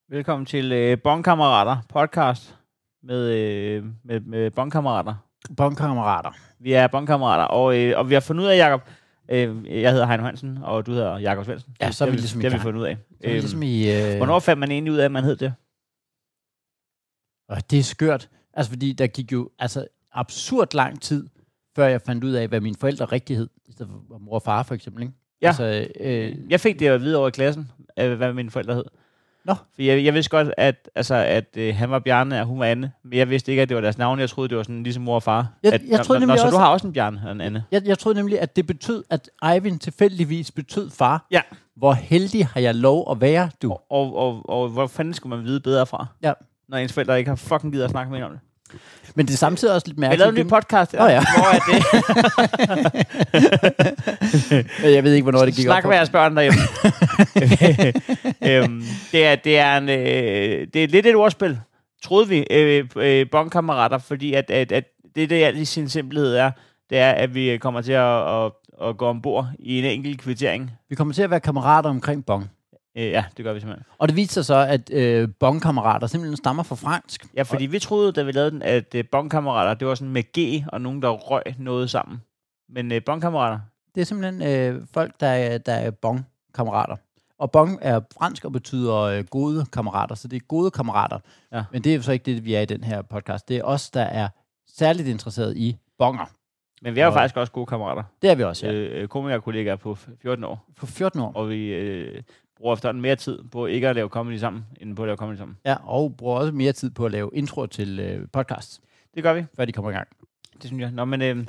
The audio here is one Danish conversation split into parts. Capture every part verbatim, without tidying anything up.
Velkommen til øh, Bonkammerater podcast med, øh, med, med Bonkammerater. Bonkammerater. Vi er Bonkammerater, og, øh, og vi har fundet ud af, Jacob, øh, jeg hedder Heino Hansen, og du hedder Jacob Svendsen. Ja, så er vi det, ligesom det, i det har vi gang. fundet ud af. Så er vi ligesom i, øh... Hvornår fandt man egentlig ud af, at man hed det? Og det er skørt. Altså, fordi der gik jo altså absurd lang tid, før jeg fandt ud af, hvad mine forældre rigtig hed. I stedet for mor og far, for eksempel, ikke? Ja, altså, øh... jeg fik det at vide over i klassen, hvad mine forældre hed. Nå. For jeg, jeg vidste godt, at, altså, at øh, han var Bjarne, og hun var Anne. Men jeg vidste ikke, at det var deres navn. Jeg troede, det var sådan ligesom mor og far. Jeg, at, jeg troede nå, nemlig nå, så også, du har også en Bjarne og en Anne. Jeg, jeg troede nemlig, at det betød, at Eivind tilfældigvis betød far. Ja. Hvor heldig har jeg lov at være, du? Og, og, og, og hvor fanden skulle man vide bedre fra? Ja. Når ens forældre ikke har fucking givet at snakke med en om det. Men det er samtidig også lidt Vi mærkeligt. lavede en ny podcast. Åh oh, ja. Hvor er det? Jeg ved ikke, hvornår det gik Snak op med jeres børn derhjemme. øhm, det, er, det, er en, øh, det er lidt et ordspil, troede vi, øh, øh, Bonkammerater, fordi at, at, at det, det alt i sin simpelhed er, det er, at vi kommer til at, at, at gå ombord i en enkelt kvittering. Vi kommer til at være kammerater omkring bong. Øh, ja, det gør vi simpelthen. Og det viser sig så, at øh, bonkammerater simpelthen stammer fra fransk. Ja, fordi og vi troede, da vi lavede den, at øh, bonkammerater, det var sådan med G, og nogen, der røg noget sammen. Men øh, bonkammerater? Det er simpelthen øh, folk, der er, der er bonkammerater. Og bong er fransk og betyder øh, gode kammerater, så det er gode kammerater. Ja. Men det er jo så ikke det, vi er i den her podcast. Det er os, der er særligt interesseret i bonger. Men vi er jo og faktisk også gode kammerater. Det er vi også, ja. Øh, komikerkollegaer på fjorten år. På fjorten år. Og vi øh, bruger efterhånden mere tid på ikke at lave comedy sammen, end på at lave comedy sammen. Ja, og bruger også mere tid på at lave introer til øh, podcasts. Det gør vi. Før de kommer i gang. Det synes jeg. Nå, men øh,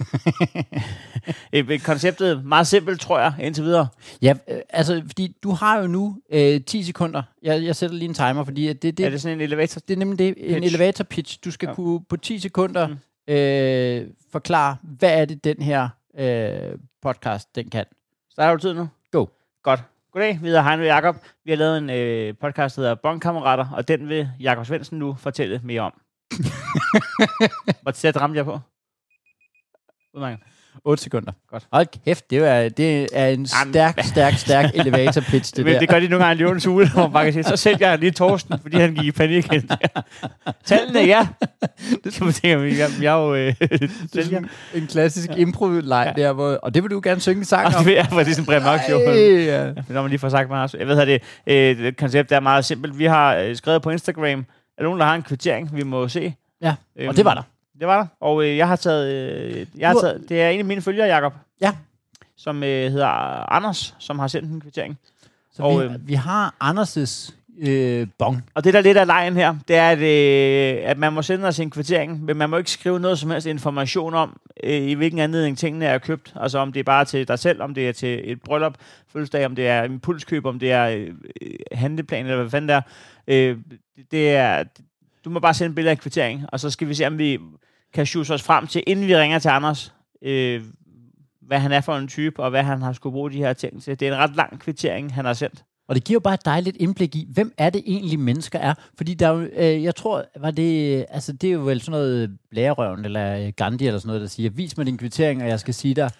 øh, konceptet er meget simpelt, tror jeg, indtil videre. Ja, øh, altså, fordi du har jo nu øh, ti sekunder. Jeg, jeg sætter lige en timer, fordi det, det, er det sådan en elevator? Det er nemlig det, en pitch. elevator pitch. Du skal ja. kunne på ti sekunder mm. øh, forklare, hvad er det, den her øh, podcast, den kan. Så har du tid nu? Go. Godt. Goddag, vi hedder Heino og Jacob. Vi har lavet en øh, podcast, der hedder Bonkammerater, og den vil Jacob Svendsen nu fortælle mere om. Hvor tæt ramte jeg på? Udmærket. otte sekunder. Godt. Hold kæft, det er, det er en stærk, stærk, stærk elevator pitch, det Men der. det gør de nogle gange i løvens hule, hvor man bare kan sige, så sælger jeg lige Torsten, fordi han gik i panik. Tallene, ja. Det er tænker, jeg, jeg er jo øh, sælger. En klassisk ja. impro-leg ja. der, hvor, og det vil du gerne synge en sang om. Og det er faktisk en Brian Mørk show. Ja. Når man lige får sagt meget. Jeg ved, at det, øh, det koncept er meget simpelt. Vi har øh, skrevet på Instagram, er der nogen, der har en kvittering, vi må se? Ja, øhm, og det var der. Det var der, og øh, jeg har taget, øh, jeg har taget, det er en af mine følgere, Jacob, ja. som øh, hedder Anders, som har sendt en kvittering. Så og, vi, øh, vi har Anders' øh, bong. Og det der lidt af lejen her, det er, at, øh, at man må sende os en kvittering, men man må ikke skrive noget som helst information om, øh, i hvilken anledning tingene er købt. Altså om det er bare til dig selv, om det er til et bryllup, fødselsdag, om det er impulskøb, om det er øh, handleplan, eller hvad fanden det er. Øh, det er... Du må bare sende et billede af kvittering, og så skal vi se, om vi kan shoot os frem til, inden vi ringer til Anders, øh, hvad han er for en type, og hvad han har skulle bruge de her ting til. Det er en ret lang kvittering, han har sendt. Og det giver jo bare et dejligt indblik i, hvem er det egentlig mennesker er? Fordi der er jo, øh, jeg tror, var det, altså det er jo vel sådan noget blærerøven, eller Gandhi, eller sådan noget, der siger, vis mig din kvittering, og jeg skal sige dig,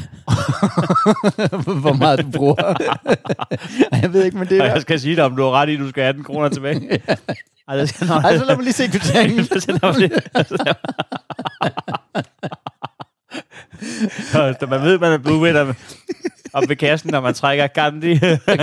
hvor meget du bruger. Jeg ved ikke, men det er... Og jeg skal sige dig, om du har ret i, at du skal have atten kroner tilbage. Ej, det skal nok... Ej, så lad mig lige se kvitteringen. Så man ved, man er blue winner op ved kassen, når man trækker Gandhi.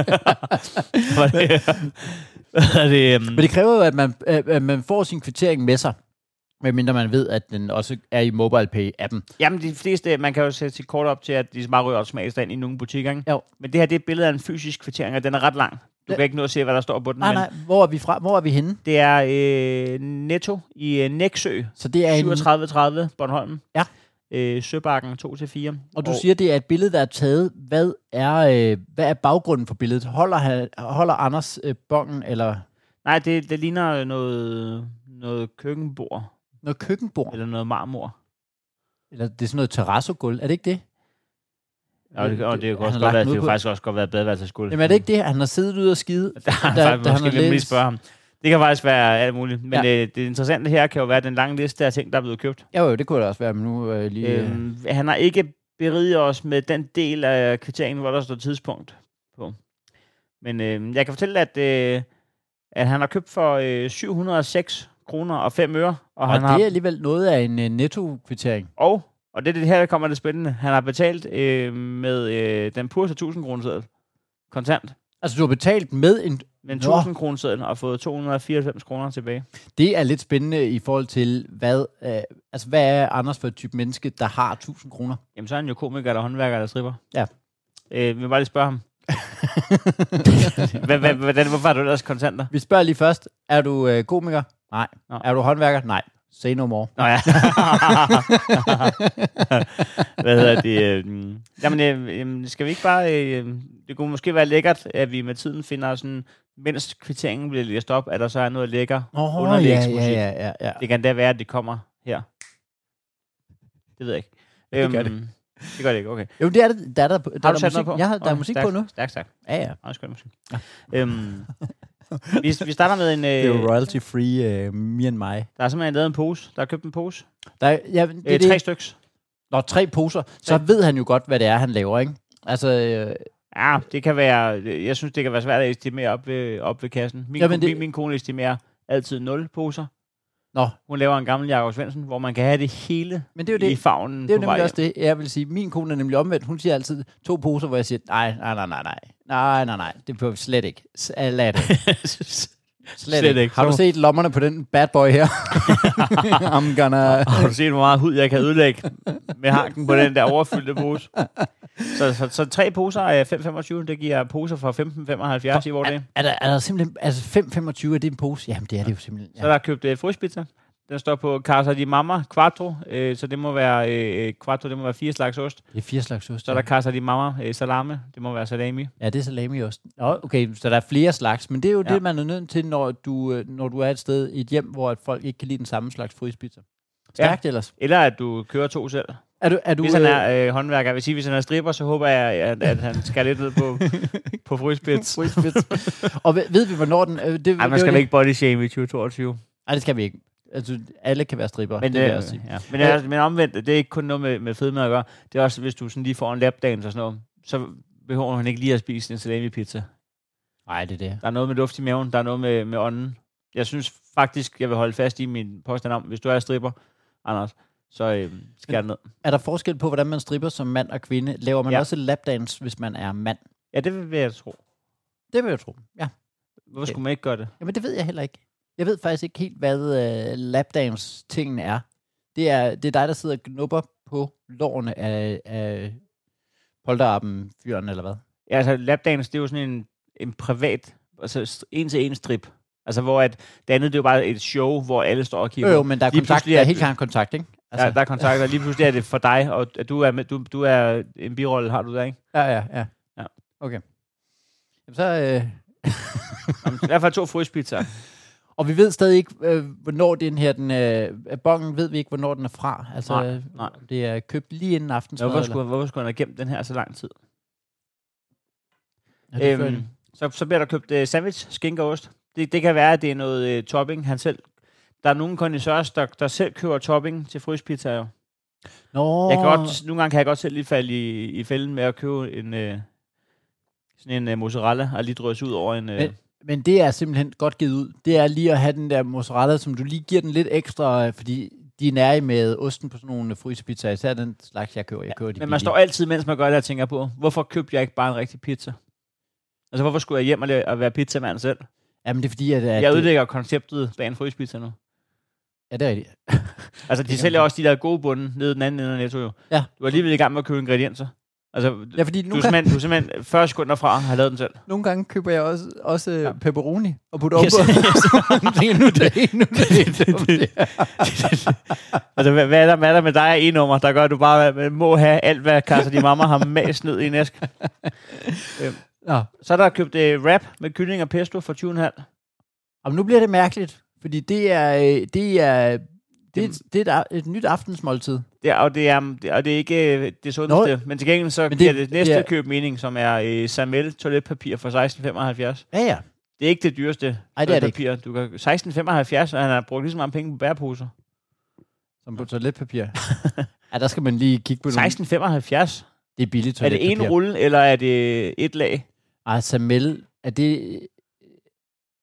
det, Men det kræver jo, at man, at man får sin kvittering med sig, medmindre man ved, at den også er i MobilePay-appen. Jamen, de fleste, man kan jo sætte sit kort op til, at de bare ryger automatisk ind i nogle butikker, ikke? Jo. Men det her, det er et billede af en fysisk kvittering, og den er ret lang. Du kan ikke nå at se, hvad der står på den. Nej, nej. Hvor er vi fra? Hvor er vi henne? Det er øh, Netto i øh, Nexø. Så det er syvogtredive tredive Bornholm. Ja. Øh, Søbakken to til fire. Og du og siger, det er et billede, der er taget. Hvad er, øh, hvad er baggrunden for billedet? Holder, holder Anders øh, bongen, eller? Nej, det, det ligner noget, noget køkkenbord. Noget køkkenbord? Eller noget marmor. Eller det er sådan noget terrassogulv. Er det ikke det? Ja, det, og det, det, også godt være, det jo faktisk også godt være badeværelsesgulv. Jamen er det ikke det? Han har siddet ude og skide? Der, der, der, der måske vil lige spørge ham. Det kan faktisk være alt muligt. Men ja. øh, det interessante her kan jo være den lange liste af ting, der er blevet købt. Ja, jo, det kunne det også være, men nu øh, lige... Øhm, han har ikke beriget os med den del af kvitteringen, hvor der står tidspunkt på. Men øh, jeg kan fortælle, at, øh, at han har købt for øh, syv hundrede og seks kroner og fem øre. Og, Og han det har, er alligevel noget af en uh, netto-kvittering. og, og det er det her, der kommer det spændende. Han har betalt øh, med øh, den purse tusind kroner seddel. Kontant. Altså, du har betalt med en... Med en Nå. tusind kroner seddel og fået to hundrede og fireoghalvfems kroner tilbage. Det er lidt spændende i forhold til, hvad, øh, altså, hvad er Anders for et type menneske, der har tusind kroner? Jamen, så er han jo komiker eller håndværker eller stripper. Ja. Øh, vi vil bare lige spørge ham. Hvordan, hvordan, hvorfor har du ellers kontanter? Vi spørger lige først. Er du øh, komiker? Nej. Nå. Er du håndværker? Nej. Say no more. Nå ja. Hvad hedder det? Øh, jamen, øh, skal vi ikke bare... Øh, det kunne måske være lækkert, at vi med tiden finder sådan... Mens kvitteringen bliver læst op, at der så er noget lækker Åh, ja, underlægsmusik. ja, ja, ja, ja. Det kan da være, at det kommer her. Det ved jeg ikke. Det gør øhm, det. Det gør det ikke, okay. Jo, det er det. Der er der, der, Har er du der sat musik. noget på? Ja, der er Okay, musik stærk, på nu. Stærk, stærk. Ja, ja. Meget skøn musik. Ja. Øhm, vi, vi starter med en... Øh, Det er jo royalty-free uh, me and my. der er simpelthen lavet en pose. Der er købt en pose. Der er, ja, det, Øh, er tre det. styks. Når tre poser, så Tre. ved han jo godt, hvad det er, han laver, ikke? Altså, øh, Ja, det kan være... Jeg synes, det kan være svært at estimere op ved, op ved kassen. Min, Jamen, det... det- min, min kone estimerer altid nul poser. nå, Hun laver en gammel Jakob Svendsen, hvor man kan have det hele men det er jo i det. favnen Det er jo på vej nemlig også det, jeg vil sige. Min kone er nemlig omvendt. Hun siger altid to poser, hvor jeg siger, nej, nej, nej, nej, nej, nej, nej, nej, det behøver vi slet ikke. S- Lad det. Slet, Slet ikke. ikke. Har du Så- set lommerne på den bad boy her? I'm gonna... Har du set, hvor meget hud jeg kan ødelægge med hanken på den der overfyldte pose? Så, så, så tre poser af fem komma femogtyve, det giver poser for femten komma femoghalvfjerds i hvor det. Er der, er der simpelthen... Altså fem komma femogtyve, er det en pose? Jamen, det er det jo simpelthen. Så er der købt uh, frysepizza. Den står på Casa di Mamma Quattro, øh, så det må være øh, Quattro, det må være fire slags ost. Det er fire slags ost. Så er der Casa di Mamma øh, Salame, det må være salami. Ja, det er salami-ost. Nå, okay, så der er flere slags, men det er jo Ja. det, man er nødt til, når du, øh, når du er et sted i et hjem, hvor at folk ikke kan lide den samme slags frysepizza. Stærkt ja. ellers. Eller at du kører to selv. Er du, er du, Hvis han er øh, håndværker, jeg vil sige, hvis han er stripper, så håber jeg, at, at han skal lidt ned på, på frysepizza. Og ved, ved vi, hvornår den... Øh, det, Ej, man det, skal det, ikke body shame i tyve toogtyve. Nej, det skal vi ikke. Altså, alle kan være stripper. Men, det vil jeg øh, også sige. ja. men, øh, men omvendt, det er ikke kun noget med, med fedmad at gøre. Det er også, hvis du sådan lige får en lapdance og sådan noget, så behøver han ikke lige at spise en salami-pizza. Nej, det er det. Der er noget med luft i maven, der er noget med, med ånden. Jeg synes faktisk, jeg vil holde fast i min påstand om, hvis du er stripper, Anders, så øh, skær det ned. Er der forskel på, hvordan man stripper som mand og kvinde? Laver man Ja. også lapdance, hvis man er mand? Ja, det vil jeg tro. Det vil jeg tro, ja. Hvorfor skulle man ikke gøre det? Jamen, det ved jeg heller ikke. Jeg ved faktisk ikke helt, hvad uh, lapdance-tingen er. Det er, det er dig, der sidder og knupper på lårene af, af polterappen-fyren, eller hvad? Ja, altså lapdance, det er jo sådan en, en privat, altså en-til-en strip. Altså hvor at, det andet, det er jo bare et show, hvor alle står og kigger. Jo, jo, men der er, Lige kontakt, pludselig der er er helt det- klart en kontakt, ikke? Altså, Ja, der er kontakt, og lige pludselig er det for dig, og at du er, med, du, du er en birolle, har du der, ikke? ja, ja, ja. Ja. Okay. Jamen, så... Øh, Jamen, I hvert fald to fryspizzaer. og vi ved stadig ikke, øh, hvornår den her, den, øh, bongen ved vi ikke, hvornår den er fra. Altså, Nej, øh, nej. det er købt lige inden Ja, aftensmad. hvorfor, eller? skulle, hvorfor skulle han have gemt den her så lang tid? Ja, det er før Øhm, det. så, så bliver der købt uh, sandwich, skinke og ost. Det, det kan være, at det er noget uh, topping, han selv... Der er nogle kondisørs, der, der selv køber topping til fryspizza, jo. Nå, Jeg kan godt, nogle gange kan jeg godt selv lige falde i, i fælden med at købe en, uh, sådan en uh, mozzarella, og lige drøse ud over en... Uh, Men- men det er simpelthen godt givet ud. Det er lige at have den der mozzarella, som du lige giver den lidt ekstra, øh, fordi de er nære med osten på sådan nogle frysepizzaer. Især den slags, jeg køber. Jeg køber de men man billige. står altid, mens man gør det, og tænker på, hvorfor købte jeg ikke bare en rigtig pizza? Altså, hvorfor skulle jeg hjem og, la- og være pizzamand selv? Jamen, det er fordi, at... at Jeg det, ødelægger konceptet bag en fryspizza nu. ja, det er rigtigt. Altså, de sælger også de der gode bunde nede i den anden ende af Netto, jo. Ja. Du er alligevel i gang med at købe ingredienser. Altså, Ja, fordi du, nogle, er gange, simpelthen, du er simpelthen fyrre sekunder fra at have lavet den selv. nogle gange køber jeg også, også Ja. ja. pepperoni og putter op Yes, på. yes. Det er nu det, nu det. Altså, hvad, hvad, er der, hvad er der med dig og E-nummer, der gør, at du bare må have alt, hvad Casa di Mamma har mast ned i en æske? øhm. Nå, Så er der købt uh, wrap med kylling og pesto for tyve komma fem. og nu bliver det mærkeligt, fordi det er, øh, det er, det er, et, det er et, a- et nyt aftensmåltid. Det er, og, det er, det, og det er ikke øh, det sundeste, Nå, men til gengæld så men det- giver det næste det er- køb mening, som er uh, Samel toiletpapir for seksten femoghalvfjerds. Ja, ja. Det er ikke det dyreste Ej, det er det toiletpapir. Du kan seksten femoghalvfjerds, og han har brugt lige så mange penge på bæreposer. Som på toiletpapir. Ja, der skal man lige kigge på nogle... seksten femoghalvfjerds? Det er billigt Er toiletpapir. det en rulle, eller er det et lag? Ej, Samel, er det...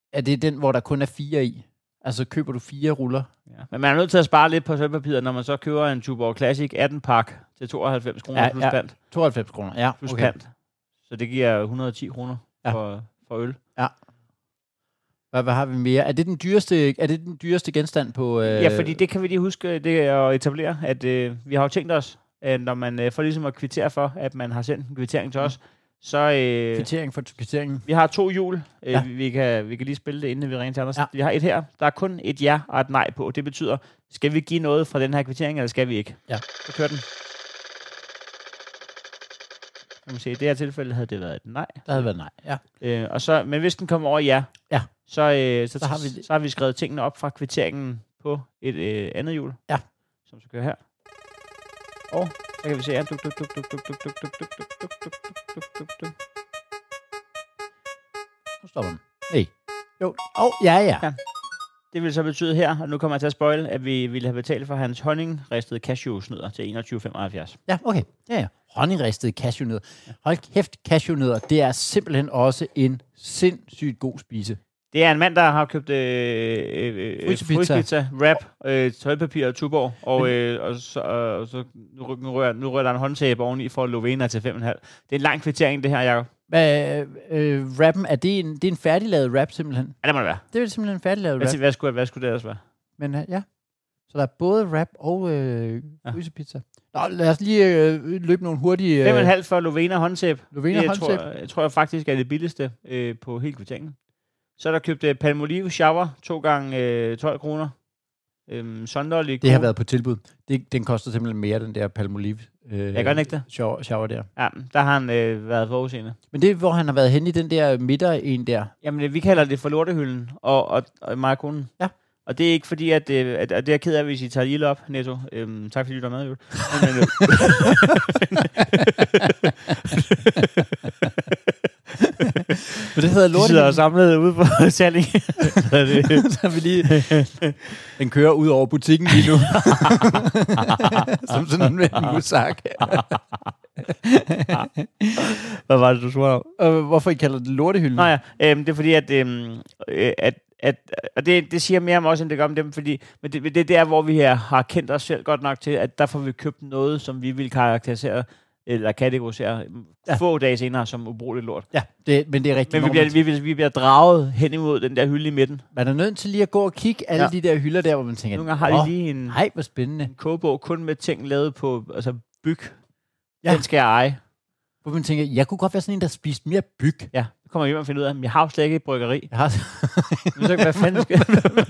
er det den, hvor der kun er fire i? Altså køber du fire ruller? Ja. Men man er nødt til at spare lidt på sølvpapiret, når man så køber en Tuborg Classic atten-pakke til tooghalvfems kroner Ja, plus ja. pant. tooghalvfems kroner, ja. Plus Okay. pant. Så det giver et hundrede og ti kroner Ja. for, for øl. Ja. Hvad, hvad har vi mere? Er det den dyreste, er det den dyreste genstand på... Øh... Ja, fordi det kan vi lige huske det at etablere, at øh, vi har jo tænkt os, at når man øh, får ligesom at kvittere for, at man har sendt en kvittering til os, så... Øh, Kvittering for kvitteringen. vi har to hjul. Øh, Ja. vi, kan, vi kan lige spille det, inden vi ringer til Anders. Ja. Vi har et her. Der er kun et ja og et nej på. Det betyder, skal vi give noget fra den her kvittering, eller skal vi ikke? Ja. Så kører den. Kan man se, i det her tilfælde havde det været et nej. Der havde været nej, ja. Øh, og så, men hvis den kommer over ja, Ja. så, øh, så, Så har vi- så har vi skrevet tingene op fra kvitteringen på et øh, andet hjul. Ja. Som så kører her. Og så kan vi se her. Duk, duk, duk, duk, duk, duk, duk, duk, duk, duk, duk, duk, duk, duk, duk. Nu stopper den. Nej. Jo. Åh, oh, ja, ja. Ja. Det vil så betyde her, og nu kommer jeg til at spoil, at vi ville have betalt for hans honningristede cashew-snødder til enogtyve femoghalvfjerds. Ja, okay. Ja, ja. Honningristede cashewnødder. Hold kæft, cashewnødder, det er simpelthen også en sindssygt god spise. Det er en mand, der har købt øh, øh, Frysepizza. frysepizza, wrap, øh, tøjpapir og Tuborg, og, øh, og så, øh, og så nu, ry- nu, rører, nu rører der en håndtape oveni for Lovena til fem komma fem. Det er en lang kvittering, det her, Jacob. Hvad, øh, rappen, er det en, det er en færdiglavet rap simpelthen? Ja, det må det være. Det er simpelthen en færdiglavet Hvad, rap. hvad, skulle, hvad skulle det ellers være? Men uh, ja, så der er både rap og øh, Ja. frysepizza. Nå, lad os lige øh, løbe nogle hurtige... fem komma fem for Lovena håndtape. Lovena det håndtape. tror, jeg tror jeg faktisk er det billigste øh, på hele kvitteringen. Så er der købt øh, Palmolive shower, to gange øh, tolv kroner. Øhm, Sonderlig. Det har været på tilbud. Det, den koster simpelthen mere, den der Palmolive. Øh, Jeg gør den ikke det? shower, shower der. Ja, der har han øh, været forudseende. Men det er, hvor han har været henne i den der midter en der. Jamen, øh, vi kalder det for lortehylden, og, og, og mig og konen. Ja. Og det er ikke fordi, at, øh, at, at det er ked af, hvis I tager lille op, Netto. Øhm, tak fordi du er med, Jule. Men, øh, Men det hedder de sidder lortehylden. samlet ude på Salling. Så er vi lige... Den kører ud over butikken lige nu. Som sådan en musak. Hvad var det, du svarede om? Og hvorfor I kalder det lortehylden? Nå ja, øhm, det er fordi, at, øhm, øh, at, at og det, det siger mere om os, end det gør om dem, fordi men det, det er der, hvor vi her har kendt os selv godt nok til, at der får vi købt noget, som vi vil karakterisere, eller kategorisere Ja. ja. få dage senere som ubrugeligt lort. Ja, det, men det er rigtigt. Men vi Når bliver, man- vi, bliver, vi bliver draget hen imod den der hylde i midten. Man er nødt til lige at gå og kigge alle Ja. de der hylder der, hvor man tænker, Nogle gange har de lige en, nej, hvor spændende. en kogebog kun med ting lavet på altså byg. Ja. Ja. Den skal jeg eje. Hvor man tænker, jeg kunne godt være sådan en, der spiste mere byg. Ja, det kommer jeg hjem og finder ud af, at jeg har jo slet ikke et bryggeri. Jeg har Jeg ved ikke, hvad fanden skal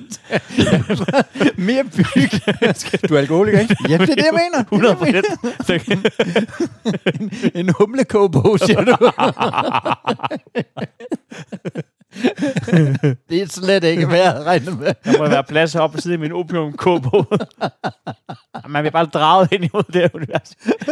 mere byg. Du er alkoholiker, ikke? Jamen, det er det, jeg mener. hundrede Det er det, procent. jeg mener. En humlekogebog, siger du. Det er slet ikke, hvad jeg havde regnet med. Der må være plads op på siden af min opium-kobo. Man bliver bare draget ind imod det her univers.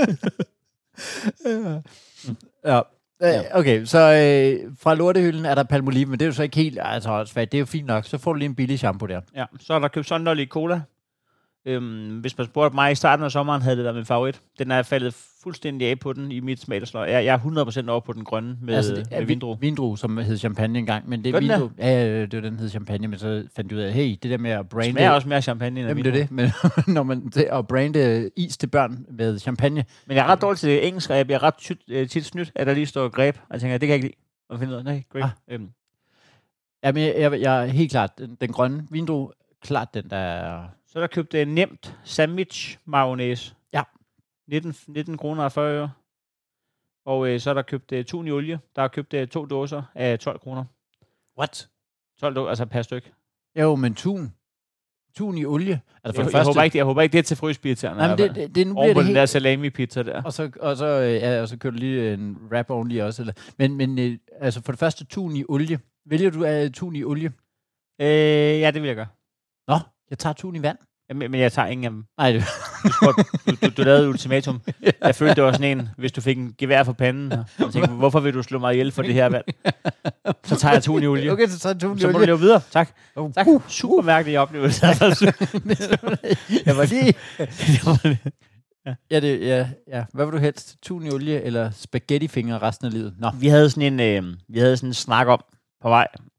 Ja. Øh, Okay, så øh, fra lortehylden er der Palmolive, men det er jo så ikke helt, altså også svært. Det er jo fint nok. Så får du lige en billig shampoo der. Ja, så er der købt Sonderlig Cola. Øhm, hvis man spurgte mig i starten af sommeren, havde det været min favorit. Den er faldet fuldstændig af på den i mit smagsløg. Jeg, jeg er hundrede procent over på den grønne med, Altså, altså, det er med vindrue. Vindrue, som hed champagne engang. Men det er Gør den vindrue. Ja, ja, det var den hed champagne, men så fandt du ud af, hey, det der med at Det brande... smager også mere champagne end Jamen, det er vindrue. det. Men når man til at brande is til børn med champagne, Men jeg er ret dårlig til det engelsk, og jeg bliver ret tit, øh, tit snydt, at der lige står greb. Og jeg tænker, det kan jeg ikke lide. Og finde ud af, nej, grape. Ah. Øhm, jamen, jeg, jeg, jeg er helt klart, den, den grønne vindrue, klart den, der er... så er der købt uh, nemt sandwich mayonnaise. Ja. nitten, nitten kroner og fyrre øre. Og øh, så er der købt uh, tun i olie. Der er købt uh, to dåser af tolv kroner. What? tolv dåser, altså per stykke. Jo, men tun. Tun i olie. Altså for Jeg, det jeg, første... håber ikke, jeg håber ikke, det er til fryspizzaerne. Nej, men det, det, det, nu Over bliver på det den helt... der salami-pizza der. Og så, og så, øh, ja, og så kører du lige en wrap oveni også. Eller. Men, men øh, altså for det første, tun i olie. Vælger du uh, tun i olie? Øh, ja, det vil jeg gøre. Nå, jeg tager tun i vand. Men, men jeg tager ingen af dem. Nej, det... Du, spurgte, du, du, du lavede et ultimatum. Jeg følte, det var sådan en, hvis du fik en gevær for panden. Og jeg tænkte, hvorfor vil du slå mig ihjel for det her vand? Så tager jeg tun i olie. Okay, så tager jeg tun i Så må du olie. leve videre. Tak. Oh, Tak. uh, Super mærkelig oplevelse. jeg var lige... ja, det, ja, ja. Hvad vil du helst? Tun i olie eller spaghettifinger resten af livet? Nå. Vi havde sådan en, øh, vi havde sådan en snak om på vej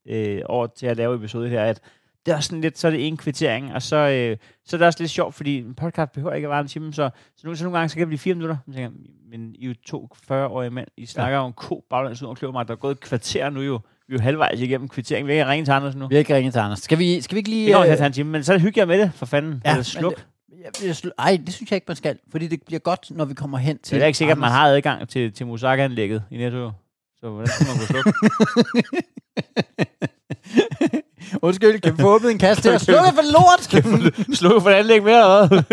øh, over til at lave episode her, at det er også sådan lidt, så er det en kvittering, og så, øh, så er det også lidt sjovt, fordi en podcast behøver ikke at være en time, så, så, nogle, så nogle gange så kan det blive fire minutter. Jeg tænker, men I er jo to fyrre-årige mænd, I snakker ja. om ko baglæns ud og kløver mig, der er gået et kvarter nu jo, vi er jo halvvejs igennem kvittering. Vi har ikke ringet til Anders nu. Vi har ikke ringet til Anders. Skal vi, skal vi ikke lige... Det kommer til at tage en time, men så er det hyggeligt med det, for fanden. Ja, eller sluk. Ej, det synes jeg ikke, man skal, fordi det bliver godt, når vi kommer hen til... Det er ikke sikkert, at man har adgang til, til Musaka-anlægget i Netto. Så hvordan skal man gå slukke? Undskyld, kan vi få åbnet en kasse her? Slukke for lort! Slukke for anlæg mere, eller hvad?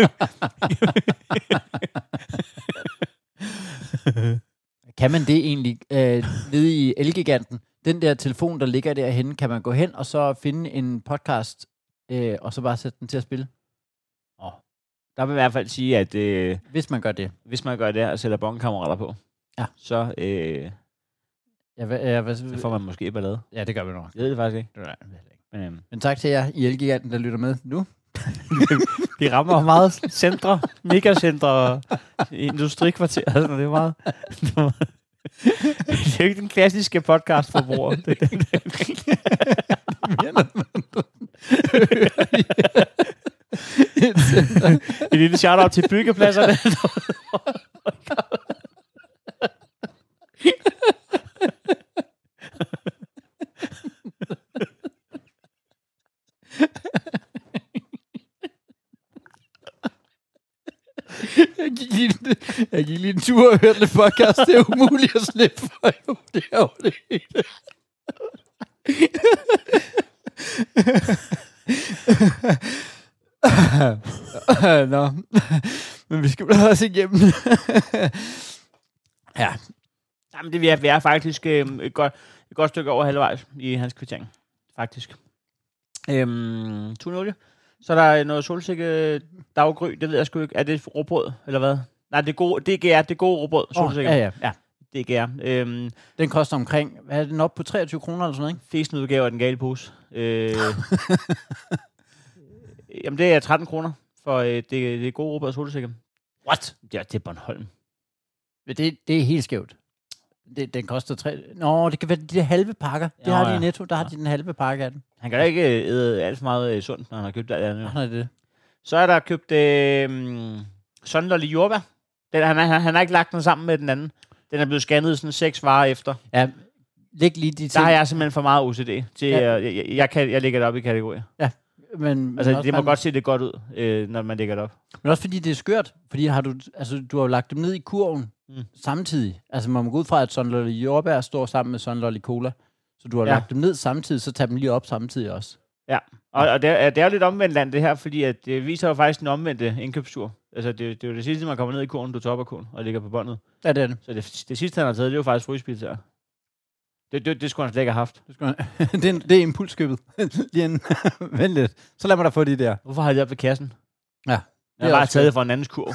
Kan man det egentlig øh, nede i Elgiganten? Den der telefon, der ligger derhenne, kan man gå hen og så finde en podcast, øh, og så bare sætte den til at spille? Oh. Der vil jeg i hvert fald sige, at øh, hvis man gør det, hvis man gør det og sætter båndkammerater på, ja. så, øh, ja, hva, ja, hva, så får man måske ballade. Ja, det gør vi nok. Jeg ved det faktisk ikke. Det det ikke. Men, øhm. Men tak til jer i Elgiganten, der lytter med nu. Vi rammer meget centre, megacentre og industrikvarter. Altså, det er meget... Det er, det er ikke den klassiske podcast-forbruger. Det er den. Et lille shout-out til byggepladserne. Jeg gik, lige, jeg gik lige en tur og hørte det podcast. Det er umuligt at slippe for. Jo, det er jo det hele. Nå. Men vi skal blive også igennem. Ja. Jamen, det vi er, vi er faktisk øh, et, godt, et godt stykke over halvvejs i hans kvittering. Faktisk. Øhm, tunolie. Så er der noget solsikke daggry, det ved jeg sgu ikke. Er det råbrød, eller hvad? Nej, det er gode, D G R, det er gode råbrød, solsikke. Oh, ja, ja, ja. D G R. Øhm, den koster omkring, hvad er den op på treogtyve kroner eller sådan noget, ikke? Fesen udgave af den gale pose. Øh, jamen, det er tretten kroner for øh, det, det er gode råbrød og solsikke. What? Ja, det er Bornholm. Det, det er helt skævt. Det, den koster tre... Nå, det kan være de der halve pakker. Det ja, har de ja. i Netto, der ja. har de den halve pakke af den. Han kan da ikke æde alt for meget øh, sundt, når han har købt alt andet. Nej, det. Så er der købt øh, Sunderlig jordbær. Den, han, han, han har ikke lagt den sammen med den anden. Den er blevet scannet sådan seks varer efter. Ja, læg lige de ting. Der har jeg simpelthen for meget O C D til, ja. jeg, jeg, jeg, kan, jeg lægger det op i kategorier. Ja, men... Altså, men det må man, godt se det godt ud, øh, når man lægger det op. Men også fordi det er skørt. Fordi har du, altså, du har jo lagt dem ned i kurven mm. samtidig. Altså, man må gå ud fra, at Sunderlig jordbær står sammen med Sunderlig cola. Så du har ja. lagt dem ned samtidig, så tager dem lige op samtidig også. Ja, og, og det, er, det er jo lidt omvendt land, det her, fordi at det viser jo faktisk en omvendte indkøbstur. Altså, det, det er jo det sidste, man kommer ned i kurven, du tager op af kurven og ligger på båndet. Ja, det er det. Så det, det sidste, han har taget, det er jo faktisk frysepizzaer. Det, det, det skulle han slet ikke have haft. Det, han, det, er, det er impulskøbet. Lige en, vent lidt. Så lad mig da få de der. Hvorfor har jeg det op ved kassen? Ja. Jeg har bare taget det fra en andens kurv.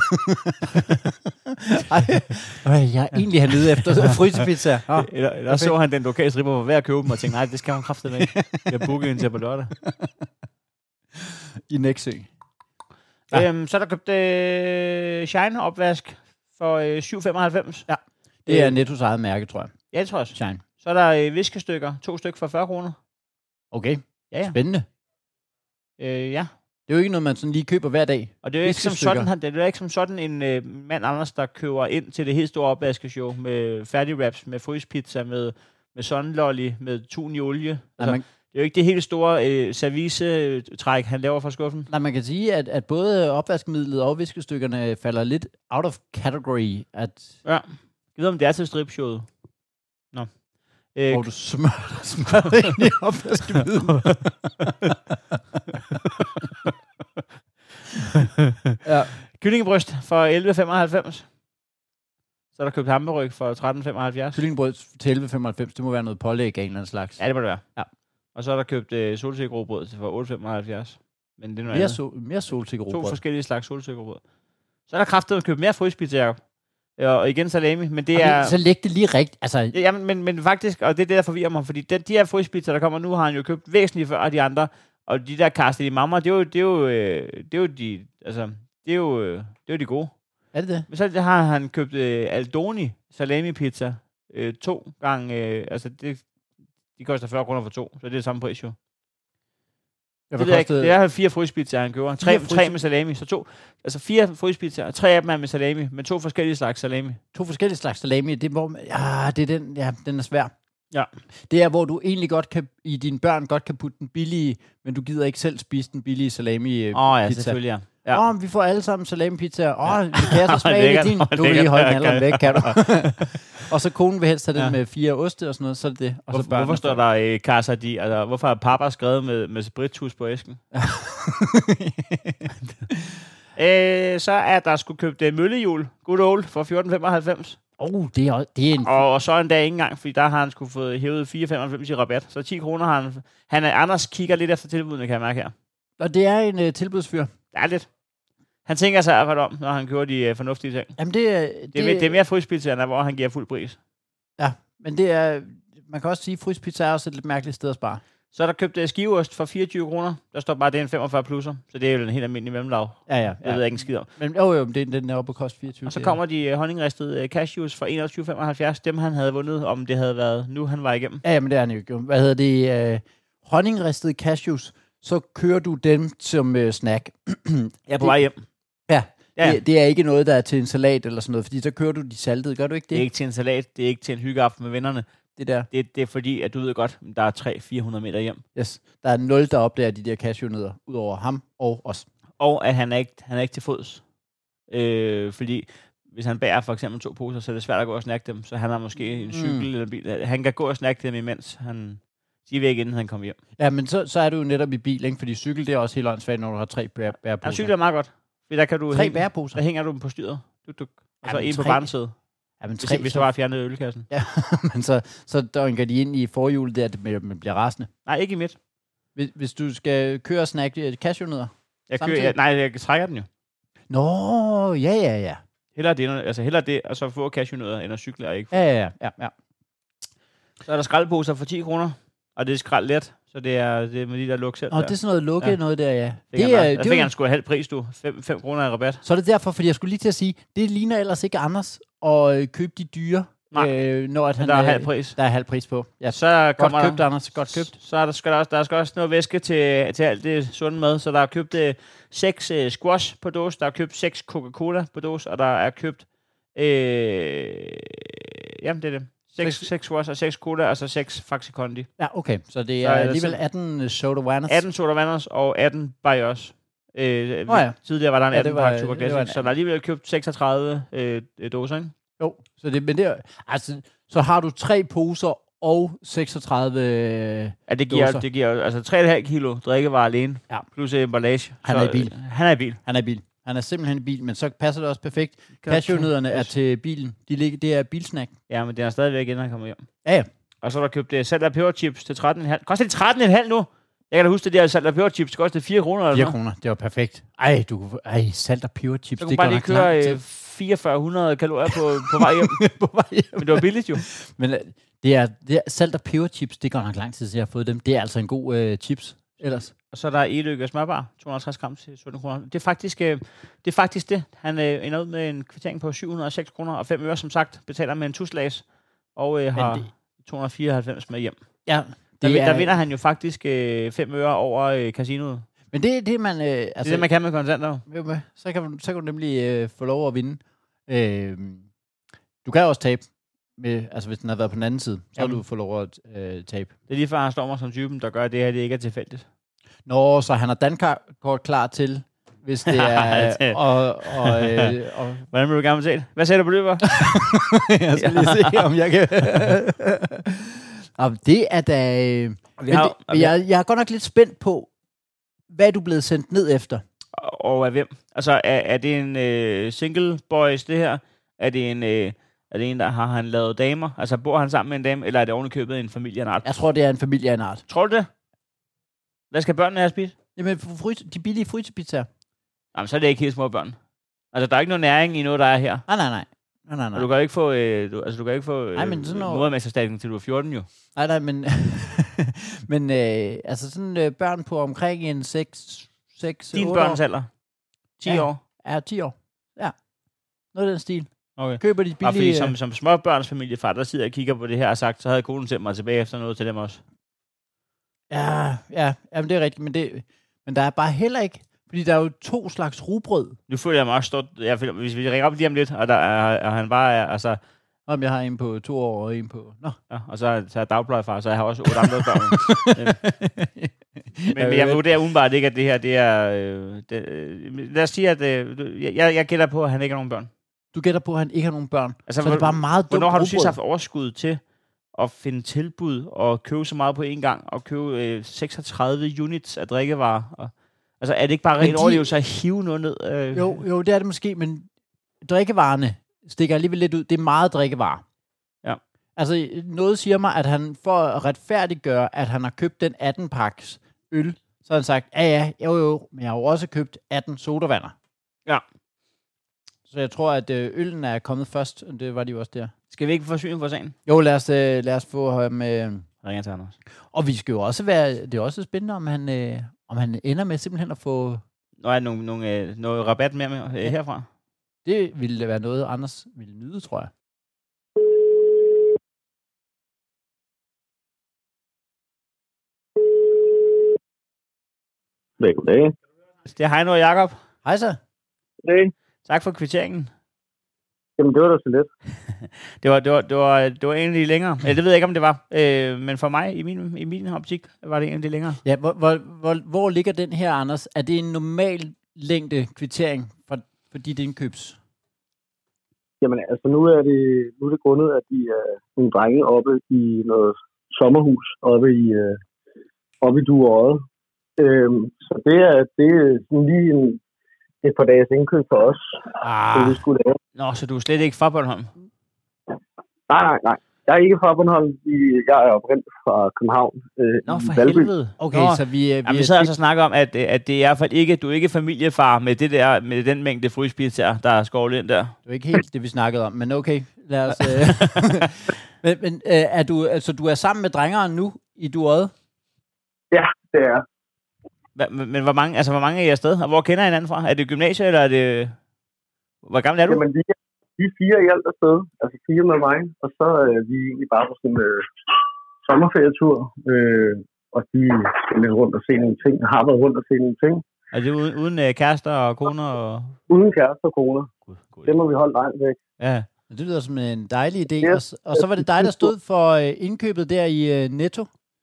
Ej, jeg er egentlig hernede efter frysepizza. Oh, eller eller okay. Så han den lokale stripper var ved at købe dem, og tænkte, nej, det skal hun kraftedeme med. Jeg bookede en til på lørdag. I Nexø. Ja. Øhm, så er der købt øh, Shine opvask for øh, syv femoghalvfems. Ja. Det er Nettos eget mærke, tror jeg. Ja, det tror jeg også. Shine. Så er der øh, viskestykker, to stykker for fyrre kroner. Okay. Ja, ja. Spændende. Øh, ja. Det er jo ikke noget, man sådan lige køber hver dag. Og det er jo ikke som sådan, det er jo ikke som sådan en øh, mand Anders, der køber ind til det helt store opvaskeshow med færdig wraps, med fryspizza, med, med sunlolly, med tun i olie. Nej, altså, man, det er jo ikke det helt store øh, service-træk, han laver fra skuffen. Nej, man kan sige, at, at både opvaskemidlet og viskestykkerne falder lidt out of category. At ja. Jeg ved, om det er til stripshowet. Nå. Øh, Hvor du smør, smør ind i opvaskemidlet. Ja. Kyllingebryst for elleve femoghalvfems. Så er der købt hamburg for tretten femoghalvfjerds. Kyllingebryst til elleve femoghalvfems, det må være noget pålæg af en eller anden slags. Ja, det må det være. Ja. Og så er der købt øh, solsikkerobrød for otte femoghalvfjerds. Men det er noget mere, andet. so, mere solsikkerobrød. To forskellige slags solsikkerobrød. Så er der kraftigt købt mere fryspizza, Jacob. Og igen salami, men det okay, er... Så læg det lige rigtigt. Altså... Ja, men, men, men faktisk, og det er det, der forvirrer mig, fordi den, de her fryspizza, der kommer nu, har han jo købt væsentligt før de andre. Og de der Castelli Mamma, det er jo, det er jo, det er jo de, altså, det er jo, det er jo de gode. Er det det? Men så har han købt øh, Aldoni salami pizza øh, to gange, øh, altså det, De koster fyrre kroner for to, så det er det samme pris jo. Jeg det, kostede... det er fire fryspizzaer, han køber. Tre, tre med salami, så to. Altså fire fryspizzaer, tre af dem er med salami, med to forskellige slags salami. To forskellige slags salami, det er, hvor, ja, det er den, ja, den er svær. Ja. Det er, hvor du egentlig godt kan, i dine børn godt kan putte den billige, men du gider ikke selv spise den billige salami. Åh oh, ja, selvfølgelig ja. Ja. Åh, oh, vi får alle sammen salami-pizza. Åh, oh, vi kan så smage din. Du vil lige holde den alderen væk, kan du? Og så konen vil helst have den ja. med fire oste og sådan noget, så er det det. Og Hvor, så hvorfor står der øh, Casa di? Altså, hvorfor har pappa skrevet med, med spritus på æsken? øh, så er der skulle købt uh, møllehjul, good old, for fjorten femoghalvfems. Oh, det er, det er en... Og, og så en dag ikke engang, fordi der har han skulle fået hævet fire femoghalvfems i rabat. Så ti kroner har han... han er, Anders kigger lidt efter tilbudene, kan jeg mærke her. Og det er en uh, tilbudsfyr. Det er lidt. Han tænker sig arbejde om, når han kører de uh, fornuftige ting. Jamen det er... Det, det, er, det er mere fryspizzaerne, hvor han giver fuld pris. Ja, men det er... Man kan også sige, at fryspizza er også et lidt mærkeligt sted at spare. Så er der købt uh, skiveost for fireogtyve kroner. Der står bare, det er en femogfyrre plusser. Så det er jo en helt almindelig mellemlag. Ja, ja. ja. Jeg ved ikke en skid om. Men jo, jo, den, den er oppe på kost fireogtyve. Og så kommer de uh, honningristede uh, cashews for enogtyve femoghalvfjerds. Dem han havde vundet, om det havde været nu, han var igennem. Ja, ja, men det er han jo ikke. Hvad hedder det? Uh, honningristede cashews, så kører du dem som uh, snack. Jeg er på vej hjem. Ja. Ja. Det, det er ikke noget, der er til en salat eller sådan noget, fordi så kører du de saltede, gør du ikke det? Det er ikke til en salat, det er ikke til en hyggeaften med vennerne. Det der. Det, det er fordi, at du ved godt, der er tre til fire hundrede meter hjem. Yes. Der er nul, der opdager de der cashewnødder, ud over ham og os. Og at han er ikke, han er ikke til fods. Øh, fordi hvis han bærer for eksempel to poser, så er det svært at gå og snakke dem. Så han har måske en cykel mm. eller en bil. Han kan gå og snakke dem, imens han... De er væk, inden han kommer hjem. Ja, men så, så er du jo netop i bil, ikke? Fordi cykel, det er også helt åndssvagt, når du har tre bær, bæreposer. Ja, cykel er meget godt. Der kan du tre hænge, bæreposer? Der hænger du dem på styret. Du, du, og så ja, en tre... på barnsædet. Ja, men tre, hvis, hvis du bare fjernet ølkassen. Ja, men så, så dønker de ind i forhjulet der, at man bliver rasende. Nej, ikke i midt. Hvis, hvis du skal køre og snakke cashewnødder? Jeg kører, jeg, nej, jeg trækker den jo. Nå, ja, ja, ja. Hellere det, altså hellere det, og så få cashewnødder, end at cykle og ikke. Ja, ja, ja, ja. Så er der skraldposer for ti kroner, og det er skrald let, så det er, det er med de der luk selv. Og det er sådan noget lukke, ja. noget der, ja. Det er, der fik han sgu halv pris, du. fem kroner i rabat. Så er det derfor, fordi jeg skulle lige til at sige, det ligner ellers ikke Anders at købe de dyre, øh, når at han, der er halv pris. Der er halv pris på. Ja, så kommer godt købt, Anders. Godt købt. Så er der, skal der, også, der skal også noget væske til, til alt det sunde mad. Så der er købt øh, seks øh, squash på dåse, der er købt seks Coca-Cola på dåse, og der er købt... Øh, jamen, det er det. seks squash og seks cola, og så seks Faxi Kondi. Ja, okay. Så det er, så er alligevel atten soda wanners. atten soda wanners og atten Bayers. Øh, oh, ja. Tidligere var der en ja, atten var, pakke Super Classic, så der er alligevel købt seksogtredive øh, dåser, ikke? Jo, så det, men det er, altså, så har du tre poser og seksogtredive øh, ja, det giver, dåser. Det giver altså tre komma fem kilo drikkevarer alene, ja. Plus emballage. Han så, er i bil. Øh, han er i bil. Han er i bil. Han er simpelthen i bil, men så passer det også perfekt. Cashewnødderne er til bilen. De ligger, det er bilsnack. Ja, men det er stadigvæk inden han kommer hjem. Ja, ja. Og så er der købt uh, salt og peberchips til tretten komma fem. Koster det tretten komma fem nu? Jeg kan da huske, det der salt og peberchips kostede fire kroner eller fire kroner, det var perfekt. Ej, du, ej salt og peberchips, det går nok langt. Så kunne bare lige køre fireogfyrre hundrede kalorier på, på vej hjem. på vej hjem. Men det var billigt jo. Men det er, det er salt og peberchips, det går nok lang tid, til jeg har fået dem. Det er altså en god øh, chips ellers. Og så er der Eløkke smørbar, to hundrede og halvtreds gram til sytten kroner. Det er faktisk, øh, det er faktisk det. Han øh, ender ud med en kvittering på syv hundrede og seks kroner, og fem øre, som sagt, betaler med en tuslags, og øh, har det... to hundrede og fireoghalvfems med hjem. Ja, der, er... der vinder han jo faktisk øh, fem øre over øh, casinoet. Men det er det, man... Øh, altså, det er det, man kan med kontanter. Med, så, kan man, så kan du nemlig øh, få lov at vinde. Øh, du kan også tabe. Med, altså hvis den har været på den anden side, så har du få lov at øh, tabe. Det er lige før, han står mig som typen, der gør, at det her det ikke er tilfældigt. Nå, så han har dankort klar til, hvis det er... og, og, øh, og hvordan vil du gerne betale? Hvad sagde du på løber? Jeg skal lige se, om jeg kan... det er da... Øh, men har, det, men jeg, jeg er godt nok lidt spændt på, hvad er du blevet sendt ned efter? Og, og af hvem? Altså, er, er det en øh, single boys, det her? Er det en... Øh, Er det en, der har han lavet damer? Altså, bor han sammen med en dame, eller er det ovenikøbet en familie af en art? Jeg tror, det er en familie af en art. Tror du det? Hvad skal børnene have spist? Jamen, de billige frysepizzaer. Jamen, så er det ikke helt små børn. Altså, der er ikke nogen næring i noget, der er her. Nej, nej, nej. nej, nej, nej. Og du kan ikke få, øh, du, altså, du kan ikke få øh, noget... modermæsterstatning til du er fjorten, jo. Nej, nej, men... men, øh, altså, sådan øh, børn på omkring en seks, seks, Din børns alder? ti ja. år? Ja, ti år. Ja. Noget af den stil. Okay. Køber de Bare fordi billige... som, som småbørnsfamiliefar, der sidder og kigger på det her og sagt, så havde konen sendt mig tilbage efter noget til dem også. Ja, ja, jamen det er rigtigt, men, det, men der er bare heller ikke... Fordi der er jo to slags rugbrød. Nu føler jeg mig også stort... Jeg føler, hvis vi ringer op lige om lidt, og, der er, og han bare er... Altså, Om jeg har en på to år og en på... Nå. ja, og så, så er jeg dagplejefar, så jeg har også otte andre børn. men, men jeg vurderer udenbart ikke, at det her, det er... Øh, det, øh, lad os sige, at... Øh, jeg, jeg gætter på, at han ikke har nogen børn. Du gætter på, at han ikke har nogen børn. Altså, så er det bare meget dumt. Hvornår har du rugbrød. sidst haft overskud til at finde tilbud og købe så meget på én gang, og købe øh, seksogtredive units af drikkevarer? Og, altså, er det ikke bare ren de... overlevelse at hive noget ned? Øh? Jo, jo, det er det måske, men drikkevarerne stikker alligevel lidt ud. Det er meget drikkevarer. Ja. Altså, noget siger mig, at han for at retfærdiggøre, at han har købt den atten-paks øl, så har han sagt, ja, ja, jo, jo, men jeg har jo også købt atten sodavander. Ja. Så jeg tror, at øh, øllen er kommet først, og det var de jo også der. Skal vi ikke få syn for sagen? Jo, lad os, øh, lad os få ham... Øh... Ringer til Anders. Og vi skal jo også være... Det er også spændende, om han, øh, om han ender med simpelthen at få... Nå, er der nogle, nogle, øh, noget rabat mere med, øh, herfra? Det ville være noget, Anders ville nyde, tror jeg. Goddag. Det er Heino og Jakob. Hej så. Goddag. Tak for kvitteringen. Jamen, det var da så lidt. det, var, det, var, det, var, det var egentlig længere. Ja, det ved jeg ikke, om det var. Øh, men for mig, i min, i min optik, var det egentlig længere. Ja, hvor, hvor, hvor, hvor ligger den her, Anders? Er det en normal længde kvittering for, for dit indkøbs? Jamen, altså, nu er det, nu er det grundet, at de er nogle drenge oppe i noget sommerhus, oppe i, øh, oppe i Duerøde. Øhm, så det er, det er sådan lige en, et par dages indkøb for os, ah. som vi skulle lave. Nå, så du er slet ikke fra Bornholm? Nej, nej, nej. Jeg er ikke fra Bornholm. Jeg er oprindeligt fra København. Øh, Nå, for Valby. helvede. Okay, Nå. så vi... vi, Jamen, vi sidder altså og snakker om, at, at det er i hvert fald ikke, du er ikke familiefar med det der, med den mængde fryspizzaer, der er skovlet ind der. Det er ikke helt det, vi snakkede om, men okay, lad os... Øh. men men øh, er du, altså, du er sammen med drengeren nu i Duerøde? Ja, det er. Men, men hvor mange, altså, hvor mange er I afsted? Og hvor kender I hinanden fra? Er det gymnasiet, eller er det... Hvor gammel er du? Jamen, vi er, vi er fire i alt afsted. Altså fire med mig. Og så er øh, vi egentlig bare på sådan en øh, sommerferietur. Øh, og de skal lidt rundt og se nogle ting. Har været rundt og se nogle ting. Er det uden, uden uh, kærester og koner? Og... Uden kærester og koner. God, god. Det må vi holde langt væk. Ja. Det lyder som en dejlig idé. Yes. Og, og så var det dig, der stod for øh, indkøbet der i øh, Netto?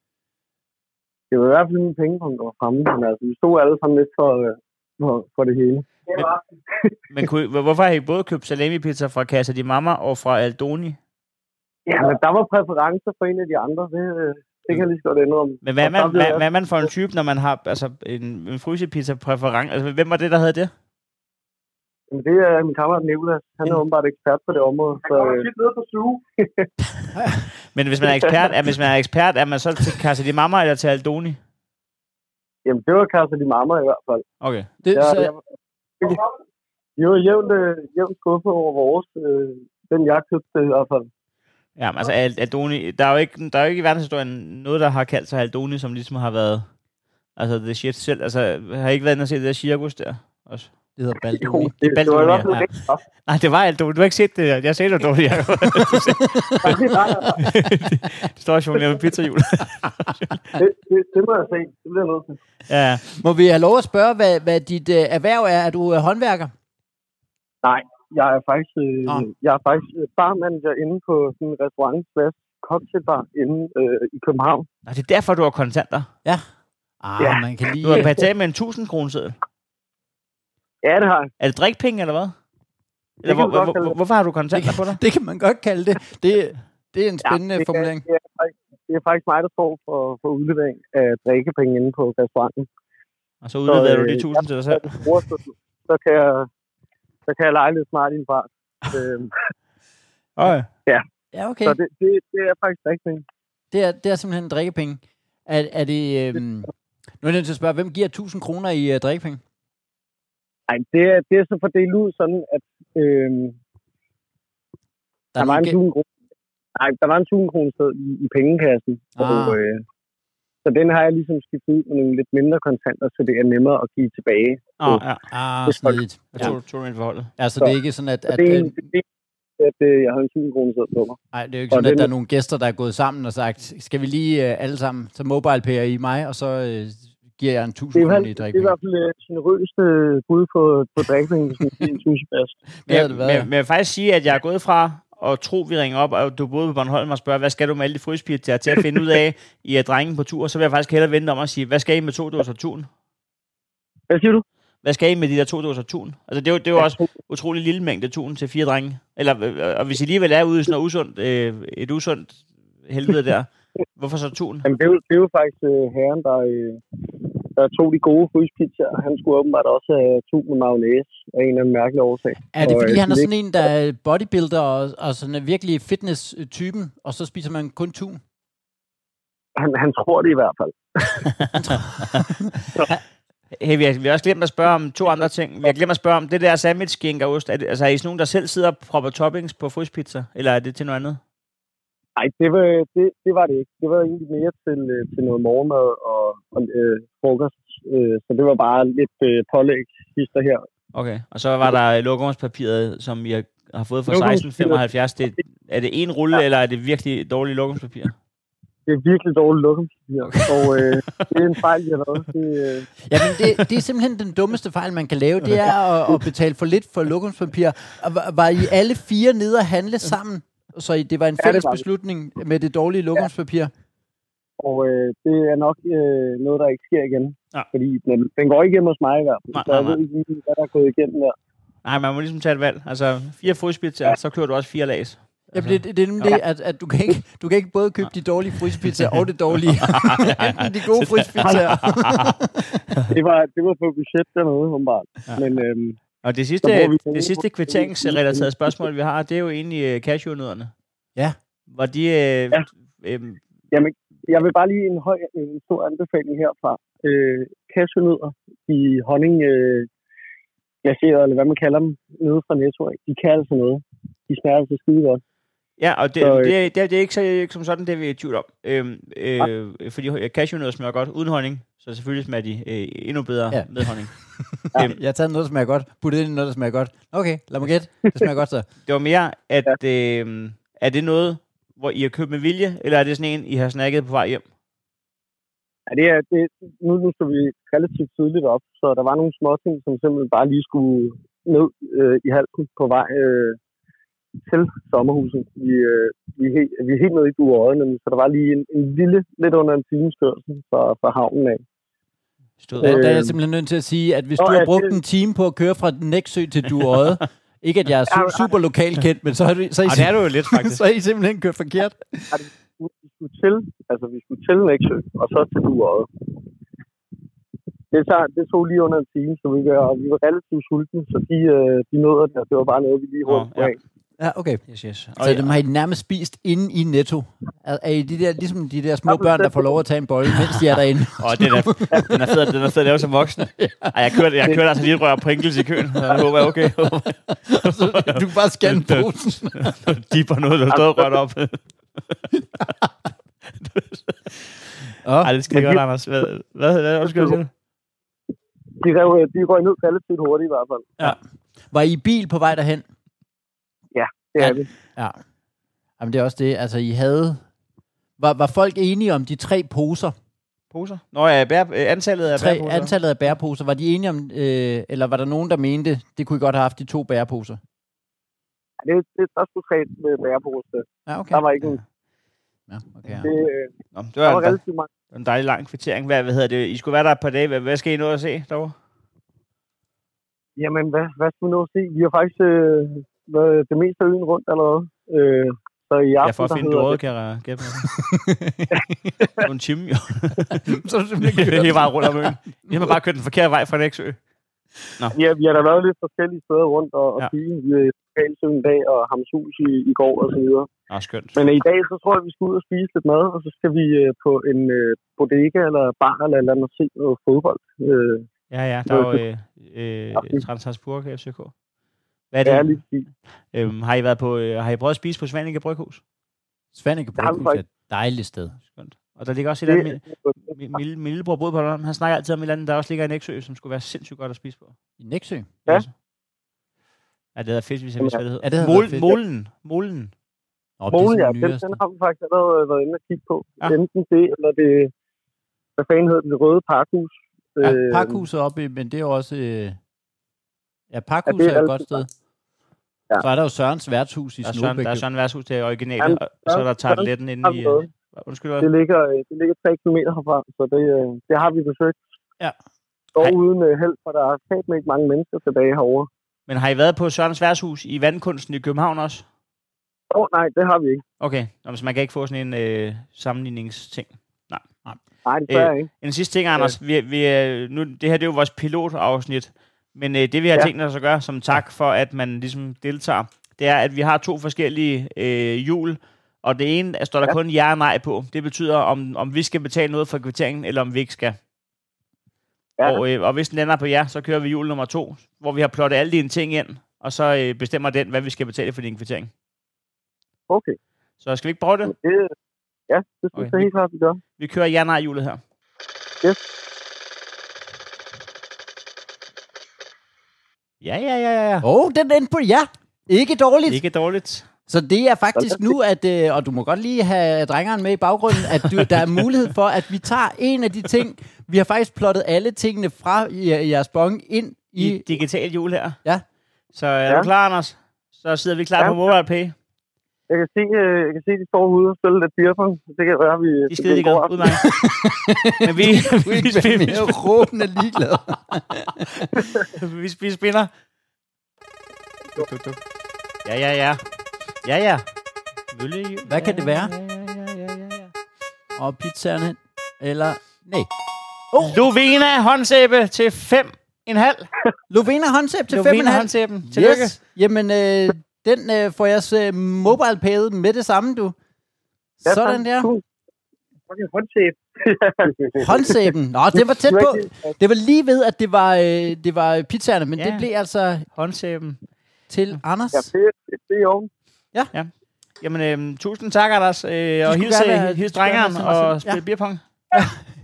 Det var i hvert fald mine pengepunkt, der var fremme. Men altså, vi stod alle sammen lidt for, øh, for, for det hele. Men, men kunne, hvorfor har I både købt salami-pizza fra Casa di Mamma og fra Aldoni? Ja, men der var præferencer for en af de andre. Det, det kan jeg lige så godt ændre om. Men hvad er, man, hvad, hvad er man for en type, når man har altså, en, en frysepizza-præference? Altså, hvem var det, der havde det? Jamen, det er min kammerat Nicolas. Han er åbenbart ekspert på det område. Så, øh... ned på suge. Men hvis man er ekspert, er, hvis man er ekspert, er man så til Casa di Mamma eller til Aldoni? Jamen, det var Casa di Mamma i hvert fald. Okay. Det, ja, så... det, det var jævnt, jævnt skuffet over vores. Øh, den jeg købte i hvert fald. Ja, men altså Aldoni, der er jo ikke, der er jo ikke i verdenshistorien noget, der har kaldt sig Aldoni, som ligesom har været, altså the shit selv. Altså, har I ikke været inde og se det der cirkus der også? Det hedder Baldoni. Jo, det, det, det var i hvert fald ikke. Ja. Nej, det var Aldoni. Du har ikke set det. Jeg sagde det dårligt. Det står og jonglerer med pizzahjul. det, det, det må jeg se. Det bliver noget til. Ja. Må vi have lov at spørge, hvad, hvad dit øh, erhverv er? Er du øh, håndværker? Nej, jeg er faktisk, øh, oh. jeg er faktisk barmanager inde på sådan en restaurant slash cocktailbar inde øh, i København. Nå, det er derfor, du har kontanter? Ja. Ah, ja. Man kan lige... Du har betalt med en tusind kroner. Ja, det har jeg. Er det drikpenge, eller hvad? Eller hvor, hvor, hvor, hvorfor har du kontanter det, på dig? Det kan man godt kalde det. Det, det er en spændende ja, det formulering. Er, det, er faktisk, det er faktisk mig, der står for, for udlevering af drikkepenge inde på restauranten. Og så udleverer så, du de tusind til dig selv? Bruger, så, så, kan jeg, så kan jeg lege lidt smart i en fart. øhm. Okay. Ja. Ja, okay. Så det, det, det er faktisk drikkepenge. Det er, det er simpelthen drikkepenge. Er, er det... Øhm, nu er jeg nødt til at spørge, hvem giver tusind kroner i uh, drikkepenge? Nej, det er, det er så fordelt ud sådan, at øhm, der, der var en tusind kroner. Nej, der var en tusind kroner sted i, i pengekassen. Ah. Og, øh, så den har jeg ligesom skiftet ud med nogle lidt mindre kontanter, så det er nemmere at give tilbage. Åh, oh, ja. Ah, snedigt. Jeg tror, tror du ind forholdet. Altså, det er ikke sådan, at... at det, er, øh, det, at øh, jeg har en tusind kroner sæd på mig. Nej, det er jo ikke sådan, at der er nogle gæster, der er gået sammen og sagt, skal vi lige øh, alle sammen tage mobile-pay i mig, og så øh, giver jeg en tusind kroner i drikpenge. Det er i hvert fald øh, generøste bud på, på drikpenge, hvis man siger en sushi-bas. Men, men, men jeg vil faktisk sige, at jeg er gået fra og tro, vi ringer op, og du boede på Bornholm og spørger, hvad skal du med alle de frysepizzaer til at finde ud af, I er drengen på tur, så vil jeg faktisk hellere vente om at sige, hvad skal I med to dåser tun? Hvad siger du? Hvad skal I med de der to dåser tun? Altså, det er jo, det er jo også utrolig lille mængde tun til fire drenge. Eller, og hvis I alligevel er ude i sådan noget usundt, øh, et usundt helvede der, hvorfor så tun? Jamen, det er jo, det er jo faktisk øh, herren, der, øh, der tog de gode frysepizzaer. Han skulle åbenbart også have tun med mayonnaise af en eller anden mærkelig årsag. Er det, fordi og, han er sådan en, der er bodybuilder og, og sådan er virkelig fitness-typen, og så spiser man kun tun? Han, han tror det i hvert fald. Hey, vi har, vi har også glemt at spørge om to andre ting. Vi har glemt at spørge om det der sandwich skinkeost. Er det, altså, er I sådan nogen, der selv sidder og propper toppings på fryspizza? Eller er det til noget andet? Nej, det var det, det var det ikke. Det var egentlig mere til, til noget morgenmad og, og øh, frokost. Øh, så det var bare lidt øh, pålæg hister her. Okay, og så var der lokumspapiret, som I har, har fået fra seksten femoghalvfjerds. Det, er det en rulle, ja. Eller er det virkelig dårligt lokumspapir? Det er virkelig dårligt lokumspapir, okay. Og øh, det er en fejl, jeg har lavet. Det, øh... Jamen, det, det er simpelthen den dummeste fejl, man kan lave. Det er at, at betale for lidt for lokumspapir. Var, var I alle fire nede at handle sammen? Så det var en fælles ja, beslutning med det dårlige lokumspapir? Ja. Og øh, det er nok øh, noget, der ikke sker igen. Ja. Fordi den, den går ikke hjem hos mig i hvert fald. Nej, så jeg nej, ved ikke lige, hvad der er gået igennem der. Nej, man må ligesom tage et valg. Altså, fire frysepizzaer, ja. Så kører du også fire lags. Ja, det, det, det er nemlig det, at, at du, kan ikke, du kan ikke både købe de dårlige frysepizzaer og det dårlige. Enten de gode frysepizzaer. det, var, det var på budget dernede, humiddelbart. Ja. Men, øhm, og det sidste, det sidste kvitteringsrelaterede spørgsmål, vi har, det er jo egentlig uh, cashewnødderne. Ja. Var de... Uh, ja. øhm, Jamen, jeg vil bare lige en, høj, en stor anbefaling herfra. Øh, cashewnødder i honning øh, glaseret, eller hvad man kalder dem, nede fra Netto. De kan altså noget. De smager altså skide godt. Ja, og det, så, øh, det, er, det, er, det er ikke så ikke som sådan, det vi er i tvivl om. Øhm, øh, ja. Fordi cashewnødder smager godt uden honning, så selvfølgelig smager de øh, endnu bedre ja. Med honning. Ja. Øhm, jeg har taget noget, der smager godt, puttet ind i noget, der smager godt. Okay, lad mig gætte. Det smager godt så. Det var mere, at ja. øh, er det noget, hvor I har købt med vilje, eller er det sådan en, I har snakket på vej hjem? Ja, det er, det, nu, nu står vi relativt tidligt op, så der var nogle små ting, som simpelthen bare lige skulle ned øh, i halsen på vej øh, til sommerhuset. Vi, øh, vi, er helt, vi er helt nede i Dueodde, så der var lige en, en lille, lidt under en times kørsel fra, fra havnen af. Stod, øh, der er jeg simpelthen nødt til at sige, at hvis du har brugt det, en time på at køre fra Nexø til Dueodde, ikke at jeg er su- super lokalkendt, men så har, du, så er I, ah, det er du jo lidt, faktisk. så er I simpelthen kørt forkert. Ja, vi skulle til, altså vi skulle til Nexø, og så til Dueodde. Det, tager, det tog lige under en time, så vi var, vi var relativt sultne, så de, de nåede der, det var bare noget, vi lige hurtigt oh, ja. Ja, okay. Yes, yes. Og så ja. Dem har I nærmest spist inde i Netto. Er, er I de der, ligesom de der små børn, der får lov at tage en bolle, mens de er derinde? Åh, oh, den er, den er fed, den er fed at lave som voksen. Ej, jeg kørte, jeg kørte altså lige røre Pringles i køen. Jeg håber, jeg er okay. Så, du kan bare scanne posen. Dipper noget, der stod rørt op. Oh, ej, det skal jeg godt, Anders. Hvad, hvad, hvad, hvad skal du sige? De, rev, de røg ned relativt hurtigt i hvert fald. Ja. Var I i bil på vej derhen? Ja, det er ja. vi. Ja. Jamen, det er også det. Altså, I havde... Var, var folk enige om de tre poser? Poser? Nå ja, bær, antallet af tre, bærposer. Antallet af bærposer. Var de enige om... Øh, eller var der nogen, der mente, det kunne I godt have haft de to bærposer? Ja, det, det der skulle tre bærposer. Ja, okay. Der var ikke en... Ja, okay. Ja. Det, Nå, det var, var en, relativt mange. En dejlig lang kvittering. Hvad, hvad hedder det? I skulle være der et par dage. Hvad, hvad skal I nå at se derovre? Jamen, hvad, hvad skal vi nå at se? Vi har faktisk øh, været det meste af øen rundt allerede. Øh, så i aften, ja, for at finde Dueodde, kan jeg gætte med. Det er en time, jo. Så er det simpelthen kørt helt meget rundt om øen. Vi har bare kørt den forkerte vej fra Nexø. Nå. Ja, vi har da været lidt forskellige steder rundt og, og ja. Sige. Vi er i Lokalsøen i dag og Hammershus i, i går og så videre. Ah, skønt. Men i dag, så tror jeg, vi skal ud og spise lidt mad, og så skal vi øh, på en øh, bodega eller bar eller eller andet og se noget fodbold. Øh, ja, ja, der er jo øh, øh, Transharsburg F C K. Hvad er det? Ja, lige præcis. Øhm, har I været på, øh, har I prøvet at spise på Svanike Bryghus? Svanike Bryghus er et dejligt sted. Skønt. Og der ligger også et eller andet, min, min, min lillebror boede på London, han snakker altid om et eller andet, der også ligger i Nexø, som skulle være sindssygt godt at spise på. I Nexø? Ja. Ja, det hedder fedt, hvis jeg vidste, hvad det hedder. Ja, det hedder Mol, fedt. Molen. Molen. Oh, Molen, ja. Den, den har vi faktisk allerede været inde og kigge på. Ja. Enten det, eller det... Hvad fanden hedder det? Det røde parkhus. Ja, parkhuset oppe i, men det er jo også... Øh, ja, parkhuset ja, er, er et godt sted. Ja. Så er der jo Sørens værtshus i Snobæk. Der er Sørens værtshus, det er originale, og, og så er der tarteletten inde i... Uh, undskyld, det ligger, det ligger tre kilometer herfra, så det, det har vi besøgt. Ja. Og uden uh, held, for der er fandme ikke mange mennesker tilbage herovre. Men har I været på Sørens værtshus i Vandkunsten i København også? Åh, oh, nej, det har vi ikke. Okay, Nå, så man kan ikke få sådan en øh, sammenligningsting. Nej. Nej, nej det er øh, ikke. En sidste ting, Anders. Vi, vi, nu, det her det er jo vores pilotafsnit. Men øh, det vi har ja. tænkt os at gøre, som tak for, at man ligesom deltager, det er, at vi har to forskellige øh, hjul, og det ene står der ja. kun ja og nej på. Det betyder, om, om vi skal betale noget for kvitteringen, eller om vi ikke skal. Ja. Og, øh, og hvis den ender på ja, så kører vi hjul nummer to, hvor vi har plottet alle dine ting ind, og så øh, bestemmer den, hvad vi skal betale for din kvittering. Okay. Så skal vi ikke prøve det? det ja, det synes okay. jeg helt klart, vi gør. Vi kører ja-nej-hjulet her. Yes. Ja, ja, ja, ja. Åh, oh, den endte på ja. Ikke dårligt. Ikke dårligt. Så det er faktisk nu, at, øh, og du må godt lige have drengeren med i baggrunden, at du, der er mulighed for, at vi tager en af de ting, vi har faktisk plottet alle tingene fra i, jeres bong ind i... I digitalt hjul her. Ja. Så er ja. du klar, Anders? Så sidder vi klar ja. på MobilePay. Jeg kan se, jeg kan se, de står ude og spiller lidt beerpong. Det kan være, vi... De skide ikke ud mig. Men vi... vi, vi, vi er råbende ligeglade. vi, vi spinner. Duk, duk, duk. Ja, ja, ja. Ja, ja. Vølle, hvad kan det være? Ja, ja, ja, ja, ja. Og pizzaerne, eller... Nej. Oh. Lovena håndsæbe til fem en halv. Lovena håndsæbe til Lovena fem en halv. håndsæben. Tillykke. Yes. Jamen, øh, den øh, får jeg så uh, MobilePay'et med det samme, du. Ja, sådan der. Håndsæbe. Håndsæben. Nå, det var tæt på. Det var lige ved, at det var, øh, det var pizzaerne, men ja. det blev altså... Håndsæben. Til Anders. Ja, det, det, det er jo. Ja. ja. Jamen, øh, tusind tak, Anders. Øh, og hils, hils drengeren og spille ja. beerpong. Ja.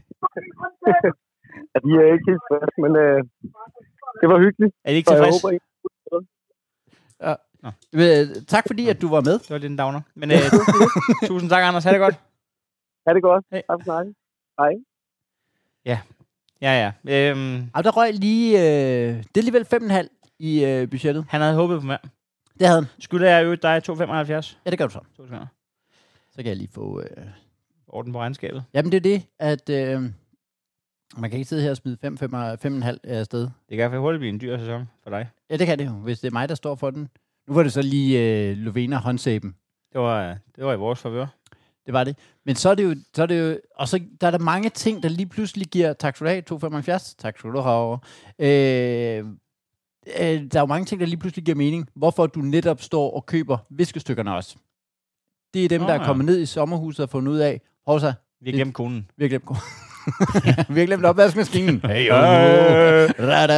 ja, de er ikke helt frisk, men øh, det var hyggeligt. Er de ikke tilfreds? Ja. Nå. Tak fordi, at du var med. Det var lidt en downer. Men øh, tusind tak, Anders. Ha' det godt. Ha' det godt. Hey. Tak for snakken. Hej. Ja. Ja, ja. Øhm. Og der røg lige... Øh, det er alligevel fem komma fem i øh, budgettet. Han havde håbet på mere. Det havde han. Skulle jeg øve dig to komma femoghalvfjerds? Ja, det gør du så. to sekunder. Så kan jeg lige få... Øh... orden på regnskabet. Jamen, det er det, at... Øh, man kan ikke sidde her og smide fem komma fem afsted. Det kan i hvert fald hurtigt blive en dyr sæson for dig. Ja, det kan det jo, hvis det er mig, der står for den. Nu var det så lige øh, Lovena håndsæben. Det var, det var i vores favør. Det var det. Men så er det jo... Så er det jo og så der er der mange ting, der lige pludselig giver... Tak skal du have, to komma femoghalvfjerds. Tak skal du have. Øh... Øh, der er jo mange ting, der lige pludselig giver mening. Hvorfor du netop står og køber viskestykkerne også. Det er dem, oh, der er kommet ja. ned i sommerhuset og fundet ud af, Hovsa. Vi har glemt konen. Vi har glemt konen. Vi har glemt opvaskemaskinen. Hey, øh,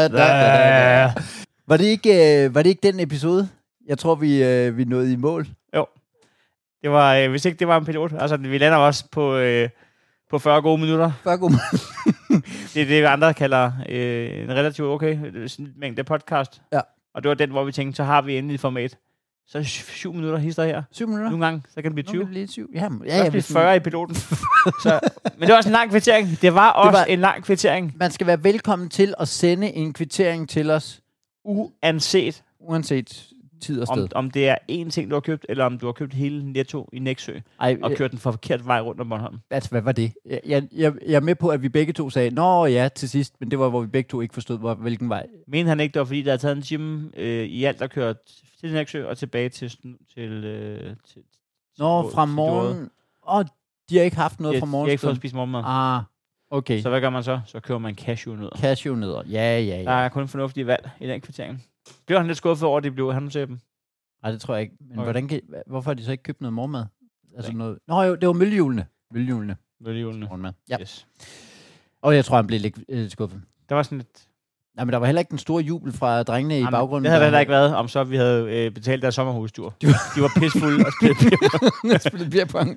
var, det ikke, øh, var det ikke den episode, jeg tror, vi, øh, vi nåede i mål? Jo. Det var, øh, hvis ikke det var en pilot. Altså, vi lander også på, øh, på fyrre gode minutter. fyrre gode minutter. Det er det, vi andre kalder øh, en relativt okay mængde podcast. Ja. Og det var den, hvor vi tænkte, så har vi endelig et format. Så er syv minutter hister her. Syv minutter? Nogle gange, så kan det blive tyve. Nogle blive syv. Ja, ja, ja, det bliver fyrre i piloten. Så, men det var også en lang kvittering. Det var også det var, en lang kvittering. Man skal være velkommen til at sende en kvittering til os. Uanset. Uanset tid og sted. Om, om det er én ting, du har købt, eller om du har købt hele Netto i Nexø, Ej, og kørt den forkert vej rundt om Bornholm. Altså, hvad var det? Jeg, jeg, jeg er med på, at vi begge to sagde, nå ja, til sidst, men det var, hvor vi begge to ikke forstod, hvor, hvilken vej. Men han ikke, det var fordi, der havde taget en time øh, i alt, der kørt til Nexø og tilbage til... til, øh, til nå, fra morgen... Åh, oh, de har ikke haft noget de, fra morgen. De har ikke fået spist morgenmad. Ah, okay. Så hvad gør man så? Så køber man cashewnødder. Cashewnødder, ja, ja, ja. Der er kun fornuftige valg i den kvittering. Bliver han lidt skuffet over, at de blev handelsæben? Nej, det tror jeg ikke. Men okay. hvordan kan, hvorfor har de så ikke købt noget morgenmad? Altså noget... Nå jo, det var møllehjulene. Møllehjulene. Møllehjulene. Morgenmad. Ja. Yes. Og jeg tror, han blev lidt øh, skuffet. Der var sådan lidt... Nej, men der var heller ikke den store jubel fra drengene Jamen, i baggrunden. Det havde der heller ikke været, om så vi havde øh, betalt deres sommerhustur. De var, de var pissfulde og spillede beerpong. spillede beerpong.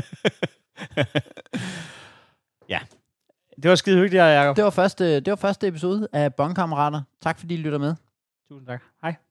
Ja. Det var skide hyggeligt, Jacob. Det var første, det var første episode af Bongkammerater. Tak fordi I lytter med. Tusind tak. Hej.